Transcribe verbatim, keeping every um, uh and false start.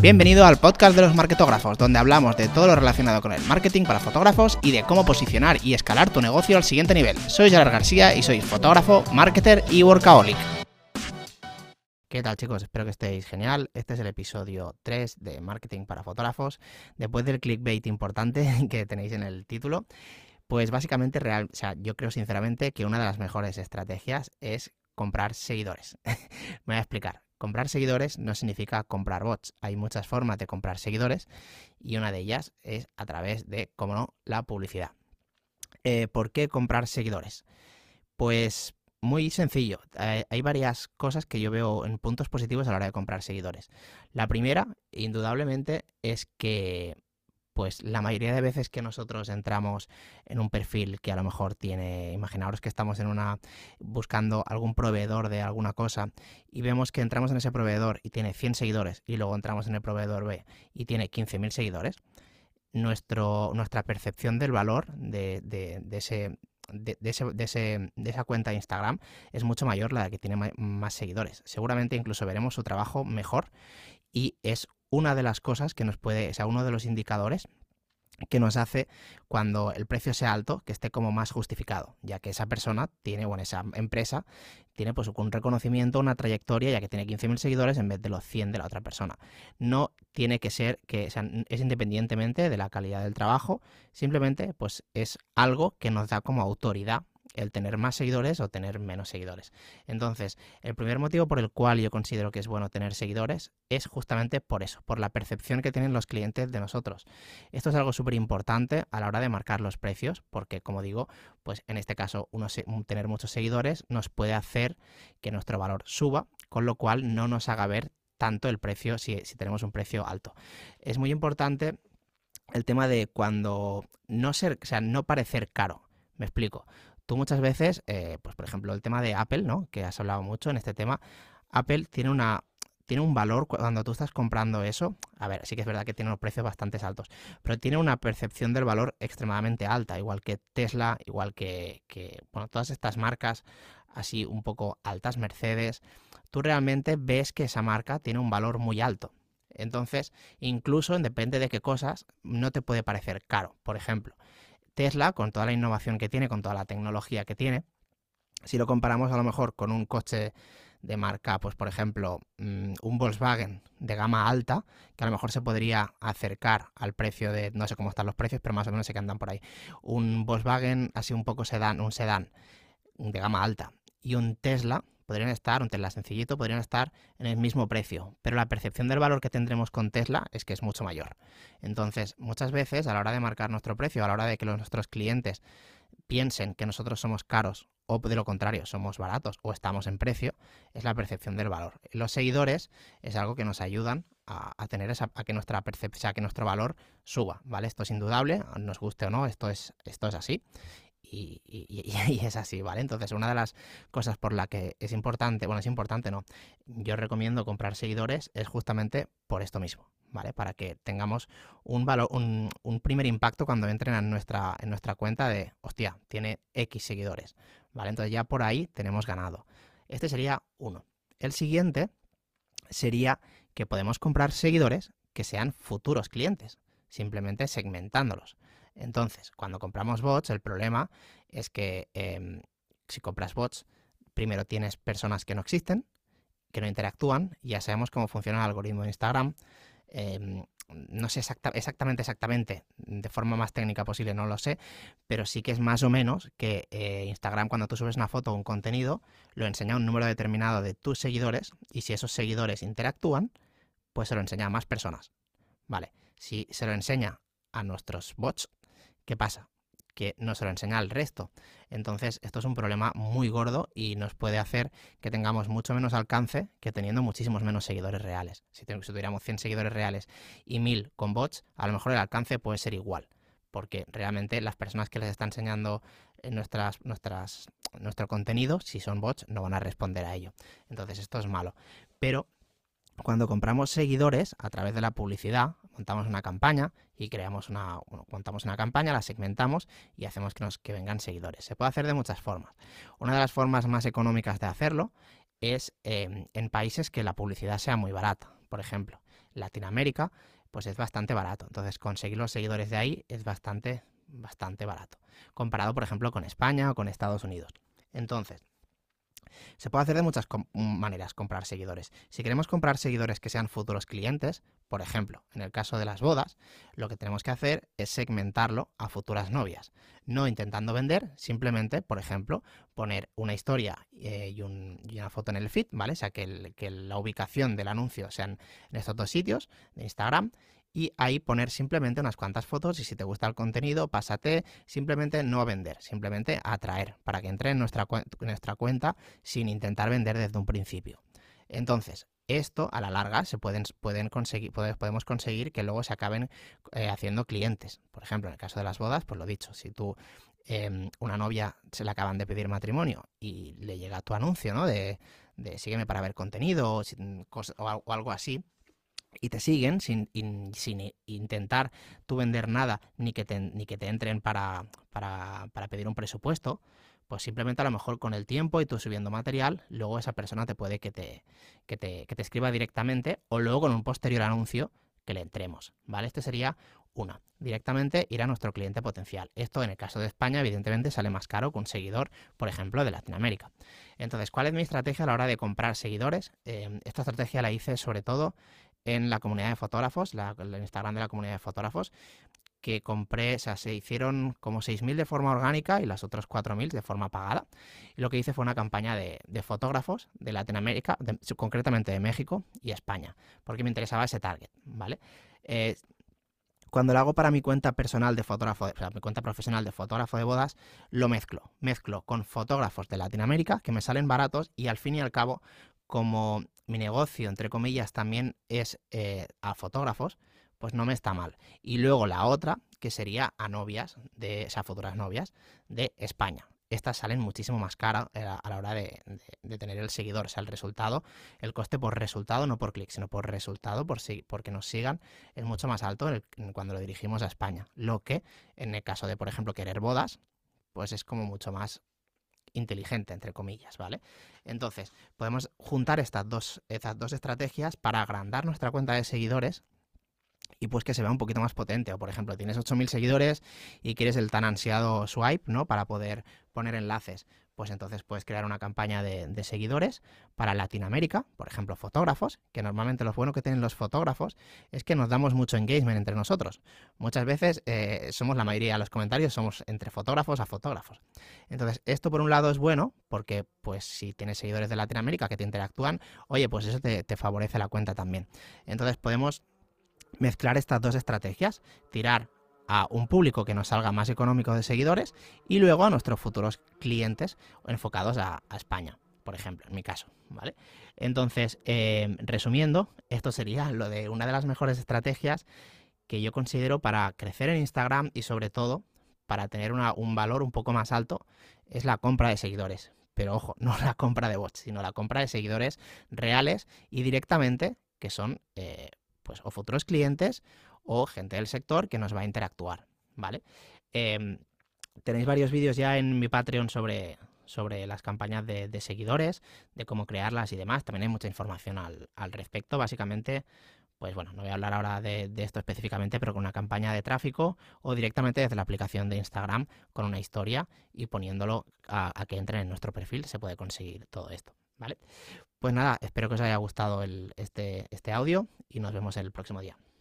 Bienvenido al podcast de los marketógrafos, donde hablamos de todo lo relacionado con el marketing para fotógrafos y de cómo posicionar y escalar tu negocio al siguiente nivel. Soy Gerard García y soy fotógrafo, marketer y workaholic. ¿Qué tal, chicos? Espero que estéis genial. Este es el episodio tres de Marketing para Fotógrafos. Después del clickbait importante que tenéis en el título, pues básicamente real, o sea, yo creo sinceramente que una de las mejores estrategias es comprar seguidores. Me voy a explicar. Comprar seguidores no significa comprar bots. Hay muchas formas de comprar seguidores y una de ellas es a través de, como no, la publicidad. Eh, ¿Por qué comprar seguidores? Pues muy sencillo. Eh, hay varias cosas que yo veo en puntos positivos a la hora de comprar seguidores. La primera, indudablemente, es que pues la mayoría de veces que nosotros entramos en un perfil que a lo mejor tiene, imaginaos que estamos en una buscando algún proveedor de alguna cosa y vemos que entramos en ese proveedor y tiene cien seguidores y luego entramos en el proveedor B y tiene quince mil seguidores, nuestro, nuestra percepción del valor de, de, de ese... De, de, ese, de, ese, de esa cuenta de Instagram es mucho mayor la que tiene ma- más seguidores. Seguramente incluso veremos su trabajo mejor y es una de las cosas que nos puede, o sea, uno de los indicadores que nos hace cuando el precio sea alto, que esté como más justificado, ya que esa persona tiene, bueno, esa empresa tiene pues un reconocimiento, una trayectoria, ya que tiene quince mil seguidores en vez de los cien de la otra persona. No tiene que ser que, o sea, es independientemente de la calidad del trabajo, simplemente pues es algo que nos da como autoridad el tener más seguidores o tener menos seguidores. Entonces, el primer motivo por el cual yo considero que es bueno tener seguidores es justamente por eso, por la percepción que tienen los clientes de nosotros. Esto es algo súper importante a la hora de marcar los precios, porque como digo, pues en este caso uno se, tener muchos seguidores nos puede hacer que nuestro valor suba, con lo cual no nos haga ver tanto el precio si, si tenemos un precio alto. Es muy importante el tema de cuando no ser, o sea, no parecer caro. Me explico. Tú muchas veces, eh, pues por ejemplo, el tema de Apple, ¿no? Que has hablado mucho en este tema. Apple tiene una tiene un valor cuando tú estás comprando eso. A ver, sí que es verdad que tiene unos precios bastante altos, pero tiene una percepción del valor extremadamente alta, igual que Tesla, igual que, que bueno, todas estas marcas así un poco altas, Mercedes. Tú realmente ves que esa marca tiene un valor muy alto. Entonces, incluso depende de qué cosas, no te puede parecer caro. Por ejemplo, Tesla, con toda la innovación que tiene, con toda la tecnología que tiene, si lo comparamos a lo mejor con un coche de marca, pues por ejemplo, un Volkswagen de gama alta, que a lo mejor se podría acercar al precio de, no sé cómo están los precios, pero más o menos sé que andan por ahí. Un Volkswagen así un poco sedán, un sedán de gama alta y un Tesla podrían estar, un Tesla sencillito, podrían estar en el mismo precio, pero la percepción del valor que tendremos con Tesla es que es mucho mayor. Entonces, muchas veces a la hora de marcar nuestro precio, a la hora de que los, nuestros clientes piensen que nosotros somos caros o de lo contrario, somos baratos o estamos en precio, es la percepción del valor. Los seguidores es algo que nos ayudan a, a tener esa, a que nuestra percepción, o sea, que nuestro valor suba, ¿vale? Esto es indudable, nos guste o no, esto es, esto es así. Y, y, y, es así, ¿vale? Entonces, una de las cosas por la que es importante, bueno, es importante, no, yo recomiendo comprar seguidores es justamente por esto mismo, ¿vale? Para que tengamos un valor, un, un primer impacto cuando entren en nuestra, en nuestra cuenta de, hostia, tiene X seguidores, ¿vale? Entonces ya por ahí tenemos ganado. Este sería uno. El siguiente sería que podemos comprar seguidores que sean futuros clientes, simplemente segmentándolos. Entonces, cuando compramos bots, el problema es que eh, si compras bots, primero tienes personas que no existen, que no interactúan, ya sabemos cómo funciona el algoritmo de Instagram. Eh, no sé exacta, exactamente, exactamente, de forma más técnica posible, no lo sé, pero sí que es más o menos que eh, Instagram, cuando tú subes una foto o un contenido, lo enseña a un número determinado de tus seguidores y si esos seguidores interactúan, pues se lo enseña a más personas. Vale, si se lo enseña a nuestros bots, ¿qué pasa? Que no se lo enseña al resto. Entonces, esto es un problema muy gordo y nos puede hacer que tengamos mucho menos alcance que teniendo muchísimos menos seguidores reales. Si, si tuviéramos cien seguidores reales y mil con bots, a lo mejor el alcance puede ser igual, porque realmente las personas que les están enseñando nuestras, nuestras, nuestro contenido, si son bots, no van a responder a ello. Entonces, esto es malo. Pero cuando compramos seguidores a través de la publicidad, montamos una campaña y creamos una, bueno, montamos una campaña, la segmentamos y hacemos que nos que vengan seguidores. Se puede hacer de muchas formas. Una de las formas más económicas de hacerlo es eh, en países que la publicidad sea muy barata. Por ejemplo, Latinoamérica, pues es bastante barato. Entonces, conseguir los seguidores de ahí es bastante, bastante barato, comparado, por ejemplo, con España o con Estados Unidos. Entonces, se puede hacer de muchas com maneras comprar seguidores. Si queremos comprar seguidores que sean futuros clientes, por ejemplo, en el caso de las bodas, lo que tenemos que hacer es segmentarlo a futuras novias. No intentando vender, simplemente, por ejemplo, poner una historia eh, y, un, y una foto en el feed, ¿vale? O sea, que, el, que la ubicación del anuncio sean en estos dos sitios de Instagram, y ahí poner simplemente unas cuantas fotos, y si te gusta el contenido, pásate, simplemente no a vender, simplemente a atraer, para que entre en nuestra, en nuestra cuenta sin intentar vender desde un principio. Entonces, esto a la larga se pueden, pueden conseguir, podemos conseguir que luego se acaben eh, haciendo clientes. Por ejemplo, en el caso de las bodas, pues lo dicho, si tú eh, una novia se le acaban de pedir matrimonio y le llega tu anuncio, ¿no? De, de sígueme para ver contenido o, sin, o, o algo así, y te siguen sin, in, sin intentar tú vender nada ni que te, ni que te entren para, para, para pedir un presupuesto, pues simplemente a lo mejor con el tiempo y tú subiendo material, luego esa persona te puede que te, que te, que te escriba directamente, o luego con un posterior anuncio que le entremos, ¿vale? Este sería una, directamente ir a nuestro cliente potencial. Esto en el caso de España evidentemente sale más caro que un seguidor, por ejemplo, de Latinoamérica. Entonces, ¿cuál es mi estrategia a la hora de comprar seguidores? Eh, esta estrategia la hice sobre todo en la comunidad de fotógrafos, la, el Instagram de la comunidad de fotógrafos, que compré, o sea, se hicieron como seis mil de forma orgánica y las otras cuatro mil de forma pagada. Y lo que hice fue una campaña de, de fotógrafos de Latinoamérica, de, concretamente de México y España, porque me interesaba ese target, ¿vale? Eh, Cuando lo hago para mi cuenta personal de fotógrafo, o sea, mi cuenta profesional de fotógrafo de bodas, lo mezclo. Mezclo con fotógrafos de Latinoamérica que me salen baratos y al fin y al cabo, como mi negocio, entre comillas, también es eh, a fotógrafos, pues no me está mal. Y luego la otra, que sería a novias, de, o sea, futuras novias de España. Estas salen muchísimo más caras a la hora de, de, de tener el seguidor, o sea, el resultado, el coste por resultado, no por clic, sino por resultado, por si, porque nos sigan, es mucho más alto en el, en cuando lo dirigimos a España. Lo que, en el caso de, por ejemplo, querer bodas, pues es como mucho más inteligente, entre comillas, ¿vale? Entonces, podemos juntar estas dos, estas dos estrategias para agrandar nuestra cuenta de seguidores y pues que se vea un poquito más potente. O por ejemplo, tienes ocho mil seguidores y quieres el tan ansiado swipe, ¿no? Para poder poner enlaces. Pues entonces puedes crear una campaña de, de seguidores para Latinoamérica, por ejemplo, fotógrafos, que normalmente lo bueno que tienen los fotógrafos es que nos damos mucho engagement entre nosotros. Muchas veces eh, somos la mayoría de los comentarios, somos entre fotógrafos a fotógrafos. Entonces, esto por un lado es bueno, porque pues si tienes seguidores de Latinoamérica que te interactúan, oye, pues eso te, te favorece la cuenta también. Entonces podemos mezclar estas dos estrategias, tirar a un público que nos salga más económico de seguidores y luego a nuestros futuros clientes enfocados a, a España, por ejemplo, en mi caso, ¿vale? Entonces, eh, resumiendo, esto sería lo de una de las mejores estrategias que yo considero para crecer en Instagram y sobre todo para tener una, un valor un poco más alto, es la compra de seguidores. Pero ojo, no la compra de bots, sino la compra de seguidores reales y directamente que son eh, pues o futuros clientes o gente del sector que nos va a interactuar, ¿vale? Eh, tenéis varios vídeos ya en mi Patreon sobre, sobre las campañas de, de seguidores, de cómo crearlas y demás. También hay mucha información al, al respecto. Básicamente, pues bueno, no voy a hablar ahora de, de esto específicamente, pero con una campaña de tráfico o directamente desde la aplicación de Instagram con una historia y poniéndolo a, a que entren en nuestro perfil se puede conseguir todo esto, ¿vale? Pues nada, espero que os haya gustado el, este, este audio y nos vemos el próximo día.